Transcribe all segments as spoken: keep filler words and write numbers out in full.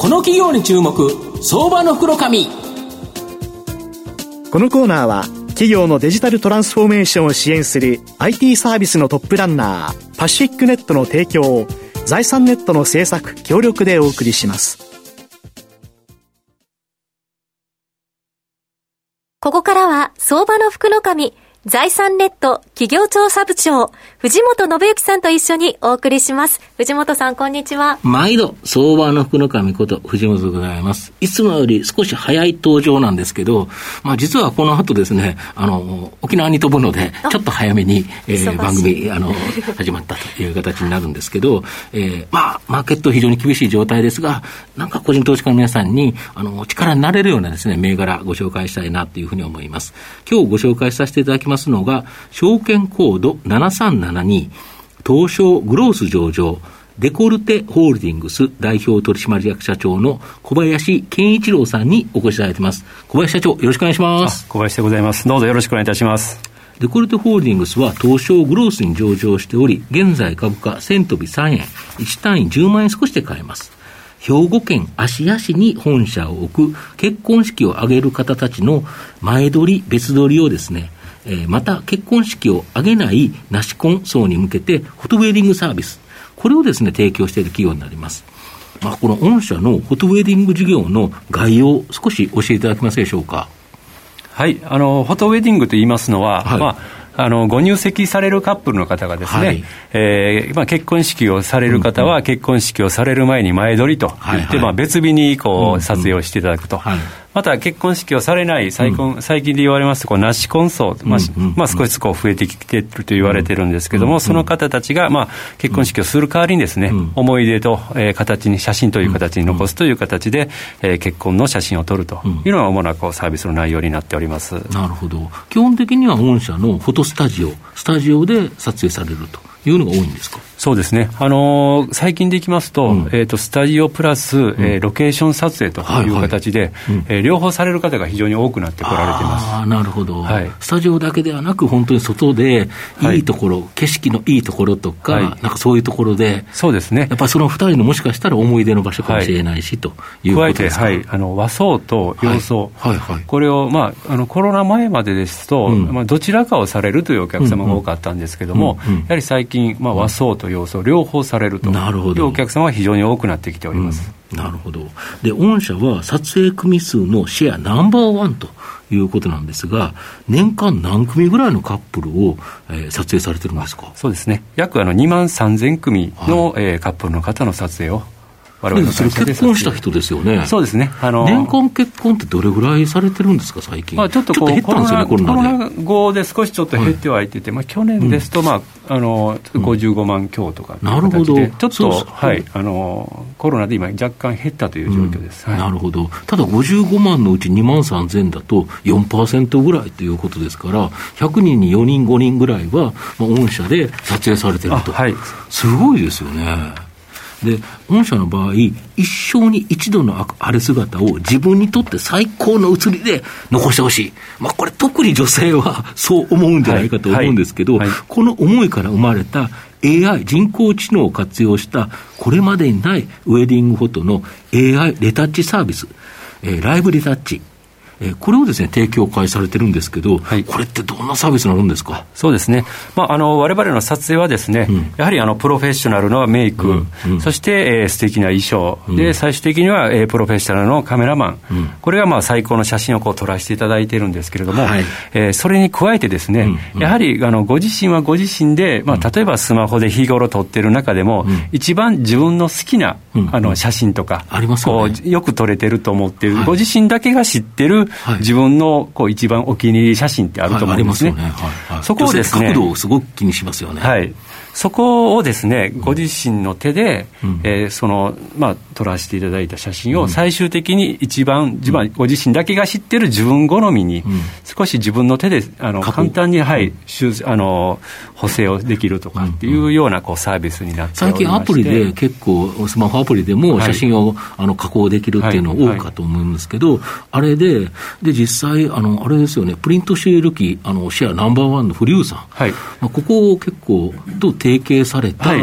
この企業に注目、相場の袋紙。 このコーナーは企業のデジタルトランスフォーメーションを支援する アイティー サービスのトップランナーパシフィックネットの提供を財産ネットの制作協力でお送りします。 ここからは相場の福の神、財産ネット企業調査部長藤本信之さんと一緒にお送りします。藤本さん、こんにちは。 毎度相場の福の神こと藤本でございます。いつもより少し早い登場なんですけど、まあ、実はこの後ですね、あの沖縄に飛ぶのでちょっと早めに、えー、番組あの始まったという形になるんですけど、えー、まあマーケット非常に厳しい状態ですが、なんか個人投資家の皆さんにあの力になれるようなですね銘柄ご紹介したいなというふうに思います。今日ご紹介させていただきますのが証券コードななさんななに東証グロース上場デコルテホールディングス代表取締役社長の小林健一郎さんにお越しいただいています。小林社長、よろしくお願いします。 小林でございます。どうぞよろしくお願いいたします。 デコルテホールディングスは東証グロースに上場しており、現在株価せん飛びさんえん、いち単位じゅうまんえん少しで買えます。兵庫県芦屋市に本社を置く結婚式を挙げる方たちの前取り別取りをですね、えー、また結婚式を挙げないなし婚層に向けてフォトウェディングサービス、これをですね提供している企業になります。まあ、この御社のフォトウェディング事業の概要、少し教えていただけますでしょうか。 はい、あのフォトウェディングと言いますのは、はい、まああのご入籍されるカップルの方がですね、はい、えーまあ、結婚式をされる方は結婚式をされる前に前撮りと言って、はいはい、まあ、別日にこう撮影をしていただくと、はい、また結婚式をされない最近、うん、最近で言われますとこうなし婚層、まあうんうんうん、まあ、少しずつこう増えてきていると言われているんですけども、うんうん、その方たちが、まあ、結婚式をする代わりにですね、うん、思い出と、えー、形に写真という形に残すという形で、えー、結婚の写真を撮るというのが主なこうサービスの内容になっております。 なるほど。基本的には御社のフォトスタジオスタジオで撮影されるというのが多いんですか。 そうですね、あのー、最近でいきますと、うん、えー、とスタジオプラス、うん、えー、ロケーション撮影という形で、はいはい、うん、えー、両方される方が非常に多くなってこられています。 あ、なるほど、はい、スタジオだけではなく本当に外でいいところ、はい、景色のいいところとか、はい、なんかそういうところで、 そうですね、 やっぱりそのふたりのもしかしたら思い出の場所かもしれないし、はい、ということですか。 加えて、はい、あの和装と洋装、はいはいはい、これを、まあ、あのコロナ前までですと、うん、まあ、どちらかをされるというお客様が多かったんですけども、うんうん、やはり最近、まあ、和装と洋装両方されるというお客様は非常に多くなってきております。 うん、なるほど。で、御社は撮影組数のシェアナンバーワンということなんですが、年間何組ぐらいのカップルを、えー、撮影されてるんですか。 そうですね、約あのにまんさんぜんくみの、はい、えー、カップルの方の撮影を我々の会社で結婚した人ですよね。 そうですね、あの年間結婚ってどれぐらいされてるんですか最近。 まあ、ちょっとこうちょっと減ったんですよね、コロナで。 コロナ後で少しちょっと減ってはいてて、はい、まあ、去年ですと、まあ、あのごじゅうごまん強とかという形で、うん、なるほど、ちょっとそうそう、はい、あのコロナで今若干減ったという状況です。うん、はい、 なるほど。ただごじゅうごまんのうちにまんさんぜんだと よんパーセント ぐらいということですから、ひゃくにんによにんごにんぐらいは、まあ、御社で撮影されてると。はい、すごいですよね。で、御社の場合、一生に一度のあれ姿を自分にとって最高の写りで残してほしい。まあ、これ特に女性はそう思うんじゃないかと思うんですけど、はいはいはい、この思いから生まれた エーアイ 人工知能を活用したこれまでにないウェディングフォトの エーアイ レタッチサービス、えー、ライブレタッチ、えー、これをですね提供開始されてるんですけど、はい、これってどんなサービスになるんですか。 そうですね、まあ、あの我々の撮影はですね、うん、やはりあのプロフェッショナルのメイク、うんうん、そして、えー、素敵な衣装、うん、で最終的には、えー、プロフェッショナルのカメラマン、うん、これがまあ最高の写真をこう撮らせていただいているんですけれども、はい、えー、それに加えてですね、うんうん、やはりあのご自身はご自身で、まあ、例えばスマホで日頃撮ってる中でも、うん、一番自分の好きな、うん、あの写真とか、 ありますよね、 こうよく撮れてると思っている、はい、ご自身だけが知ってる、はい、自分のこう一番お気に入り写真ってあると思うんですね。はい、ありますよね。はいはい、そこをですね、 角度をすごく気にしますよね。 はい、そこをですね、ご自身の手で、うん、えー、そのまあ撮らせていただいた写真を最終的に一番、うん、ご自身だけが知ってる自分好みに、うん、少し自分の手であの簡単に、はい、あの補正をできるとかっていうようなこうサービスになっておりまして、 最近アプリで結構スマホアプリでも写真を、はい、あの加工できるっていうの多いかと思うんですけど、はいはい、あれでで実際あのあれですよね、プリントシール機あのシェアナンバーワンのフリューさん、はい、まあ、ここを結構と提携された、はい、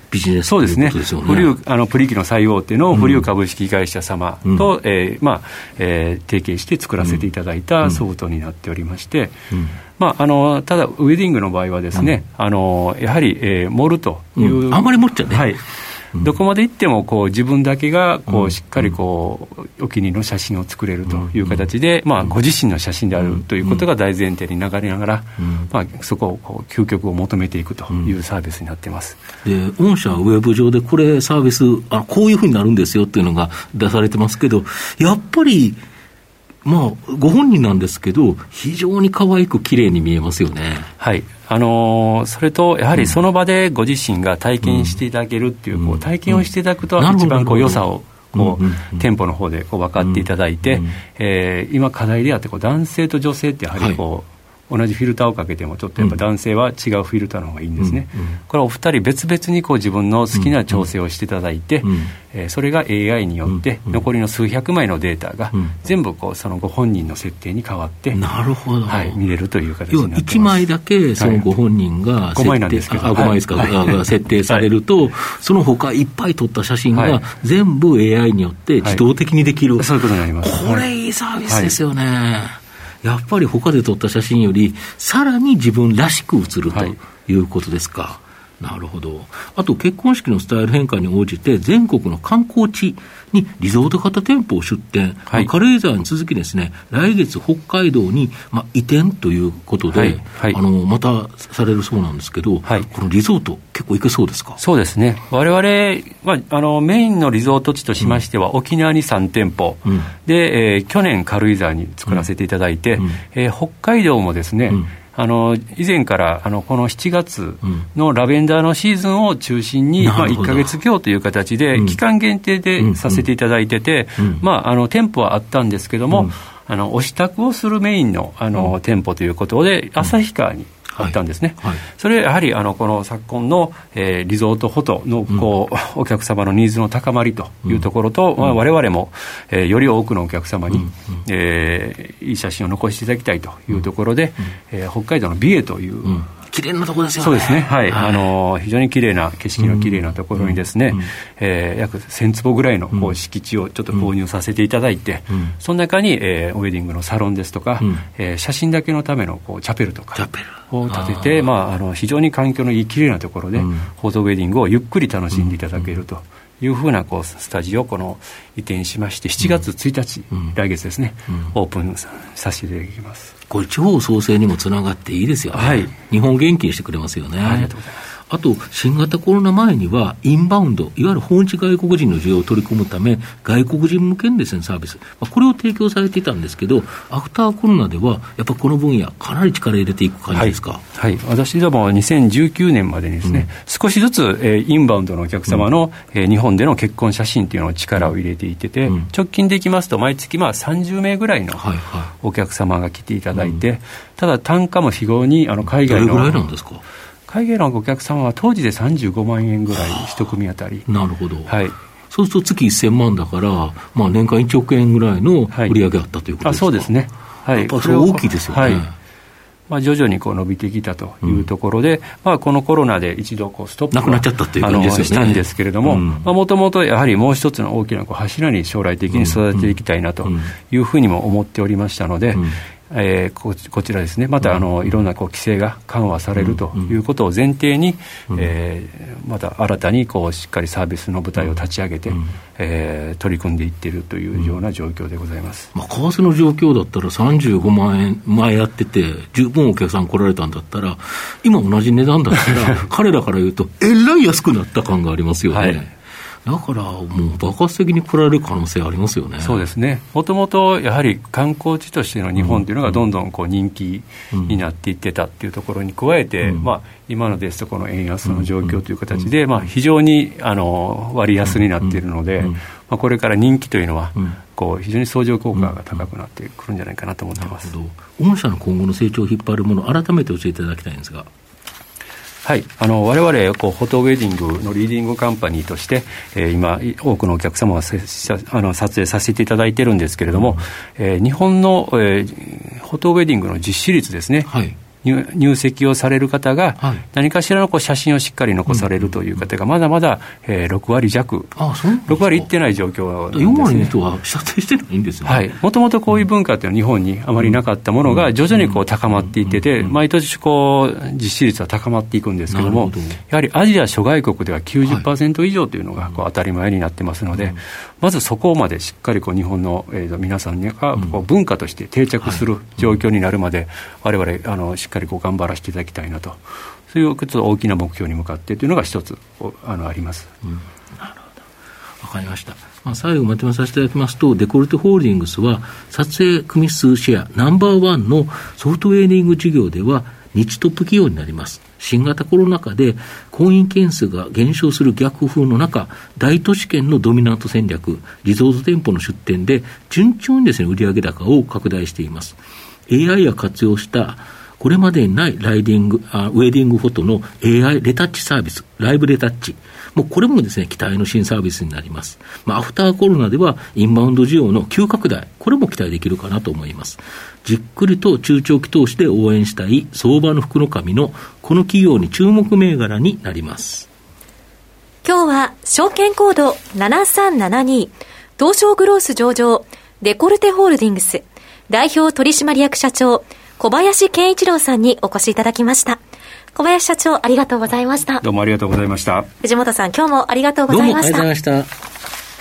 ビジネスそうですね、 ということですよね。 フリューあのプリ機の最大手のフリュー株式会社様と、うんえーまあえー、提携して作らせていただいたソフトになっておりまして、うんうんまあ、あのただウェディングの場合はですね、うん、あのやはり、えー、盛るという、 うん、あんまり盛っちゃね、 はいうん、どこまで行ってもこう自分だけがこうしっかりこうお気に入りの写真を作れるという形で、まあ、ご自身の写真であるということが大前提に流れながら、まあ、そこをこう究極を求めていくというサービスになっています。 で御社はウェブ上でこれサービスあこういうふうになるんですよっていうのが出されてますけど、やっぱりまあ、ご本人なんですけど非常に可愛く綺麗に見えますよね。 はい、あのー、それとやはりその場でご自身が体験していただけるっていう、うん、こう体験をしていただくと一番こう良さをこう、うんうん、店舗の方でこう分かっていただいて、うんえー、今課題であってこう男性と女性ってやはりこう、はい同じフィルターをかけてもちょっとやっぱ男性は違うフィルターの方がいいんですね、うんうん、これはお二人別々にこう自分の好きな調整をしていただいて、うんうんえー、それが エーアイ によって残りの数百枚のデータが全部こうそのご本人の設定に変わって、 なるほど、 はい、見れるという形になってます。 要はいちまいだけそのご本人が設定、はい、ごまいなんですけどあごまいですか、はい、が設定されると、はい、その他いっぱい撮った写真が全部 エーアイ によって自動的にできる、 はい、そういうことになります。 これいいサービスですよね、はいやっぱり他で撮った写真よりさらに自分らしく写るということですか、はい、なるほど。あと結婚式のスタイル変化に応じて全国の観光地にリゾート型店舗を出店、はいまあ、軽井沢に続きですね来月北海道に、まあ、移転ということで、はいはい、あのまたされるそうなんですけど、はい、このリゾート結構行けそうですか。 そうですね、我々、まあ、あのメインのリゾート地としましては、うん、沖縄にさん店舗、うん、で、えー、去年軽井沢に作らせていただいて、うんえー、北海道もですね、うんあの以前からあのこのしちがつのラベンダーのシーズンを中心に、うんまあ、いっかげつ強という形で期間限定でさせていただいてて、うんうんまあ、あの店舗はあったんですけども、うん、あのお支度をするメイン の, あの、うん、店舗ということで旭川にあったんですね、はいはい、それはやはりあのこの昨今の、えー、リゾートフォトのこう、うん、お客様のニーズの高まりというところと、うんまあ、我々も、えー、より多くのお客様に、うんえー、いい写真を残していただきたいというところで、うんえー、北海道の美瑛という、うん綺麗なところですよね。 そうですね、はい、はい、あの非常に綺麗な景色の綺麗なところにですね、うんえー、約せんつぼぐらいのこう敷地をちょっと購入させていただいて、うん、その中に、えー、ウェディングのサロンですとか、うんえー、写真だけのためのこうチャペルとかを建てて、あ、まあ、あの非常に環境のいい綺麗なところで、うん、フォトウェディングをゆっくり楽しんでいただけるというふうなこうスタジオをこの移転しましてしちがつついたち、うん、来月ですね、うん、オープンさせていただきます。 これ地方創生にもつながっていいですよね、はい、日本元気にしてくれますよね。 ありがとうございます。 あと新型コロナ前にはインバウンドいわゆる訪日外国人の需要を取り込むため外国人向けのですねサービス、まあ、これを提供されていたんですけどアフターコロナではやっぱこの分野かなり力入れていく感じですか。 はい、はい、私どもにせんじゅうきゅうねんまでにですね、うん、少しずつ、えー、インバウンドのお客様の、うんえー、日本での結婚写真というのを力を入れていてて、うん、直近でいきますと毎月まあさんじゅうめいぐらいのお客様が来ていただいて、はいはい、ただ単価も非常にあの海外のどれぐらいなんですか。 海外のお客様は当時でさんじゅうごまんえんぐらい一組あたり。 なるほど、 はい、 そうすると月せんまんだから、まあ、年間いちおくえんぐらいの売り上げあったということですか。はい、あそうですね、はい、やっぱそれ大きいですよね。はい、 まあ、徐々にこう伸びてきたというところで、うんまあ、このコロナで一度こうストップなくなっちゃったっていう感じですよね。 したんですけれども、もともとやはりもう一つの大きなこう柱に将来的に育てていきたいなというふうにも思っておりましたので、うんうんえー、こ, こちらですねまたあのいろんなこう規制が緩和されるということを前提に、うんえー、また新たにこうしっかりサービスの舞台を立ち上げて、うんえー、取り組んでいっているというような状況でございます、 まあ、為替の状況だったらさんじゅうごまんえん前やってて十分お客さん来られたんだったら今同じ値段だったら彼らから言うとえらい安くなった感がありますよね、はいだからもう爆発的に来られる可能性ありますよね。 そうですね。もともとやはり観光地としての日本というのがどんどんこう人気になっていってたっていうところに加えて、うんまあ、今のですとこの円安の状況という形で、まあ、非常にあの割安になっているので、まあ、これから人気というのはこう非常に相乗効果が高くなってくるんじゃないかなと思っています。 なるほど。御社の今後の成長を引っ張るもの改めて教えていただきたいんですが。 はい、あの我々こうフォトウェディングのリーディングカンパニーとして、えー、今多くのお客様をあの撮影させていただいているんですけれども、うんえー、日本の、えー、フォトウェディングの実施率ですね、はい、 入, 入籍をされる方が、はい、何かしらのこう写真をしっかり残されるという方がまだまだ、えー、ろくわり弱、 ああそうなんですか。 ろくわりいってない状況なんですね。 よんわりの人は射程してないんですね。 はい、もともとこういう文化というのは日本にあまりなかったものが徐々にこう高まっていってて、毎年こう実施率は高まっていくんですけども、どやはりアジア諸外国では きゅうじゅっパーセント 以上というのがこう当たり前になってますので、まずそこまでしっかりこう日本の、えー、皆さんがこう文化として定着する状況になるまで、我々あのしっかりこう頑張らせていただきたいなと、そういう大きな目標に向かってというのが一つあのあります。うん、なるほど、わかりました。まあ、最後まとめさせていただきますと、デコルテホールディングスは撮影組数シェアナンバーワンのソフトウェアリング事業では日トップ企業になります。新型コロナ禍で婚姻件数が減少する逆風の中、大都市圏のドミナント戦略、リゾート店舗の出店で順調にですね、売上高を拡大しています。エーアイ を活用したこれまでにないライディングあウェディングフォトの エーアイ レタッチサービス、ライブレタッチ、もうこれもですね、期待の新サービスになります。まあ、アフターコロナではインバウンド需要の急拡大、これも期待できるかなと思います。じっくりと中長期投資で応援したい相場の福の神のこの企業に注目銘柄になります。 今日は証券コードななさんななに東証グロース上場デコルテホールディングス代表取締役社長小林健一郎さんにお越しいただきました。小林社長、ありがとうございました。 どうもありがとうございました。 藤本さん、今日もありがとうございました。 どうもありがとうございました。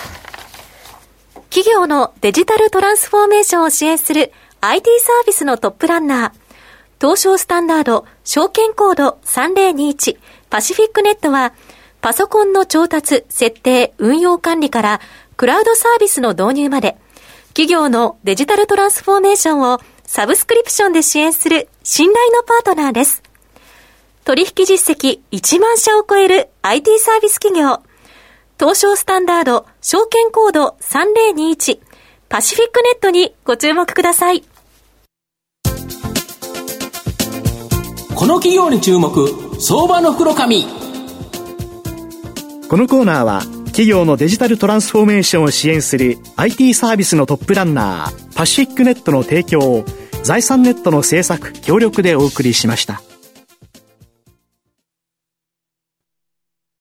企業のデジタルトランスフォーメーションを支援する アイティー サービスのトップランナー、東証スタンダード証券コードさんぜろにいちパシフィックネットは、パソコンの調達、設定、運用管理からクラウドサービスの導入まで、企業のデジタルトランスフォーメーションをサブスクリプションで支援する信頼のパートナーです。取引実績いちまん社を超える アイティー サービス企業、東証スタンダード証券コードさんぜろにいちパシフィックネットにご注目ください。 この企業に注目、相場の福の神。 このコーナーは企業のデジタルトランスフォーメーションを支援する アイティー サービスのトップランナーパシフィックネットの提供を財産ネットの制作協力でお送りしました。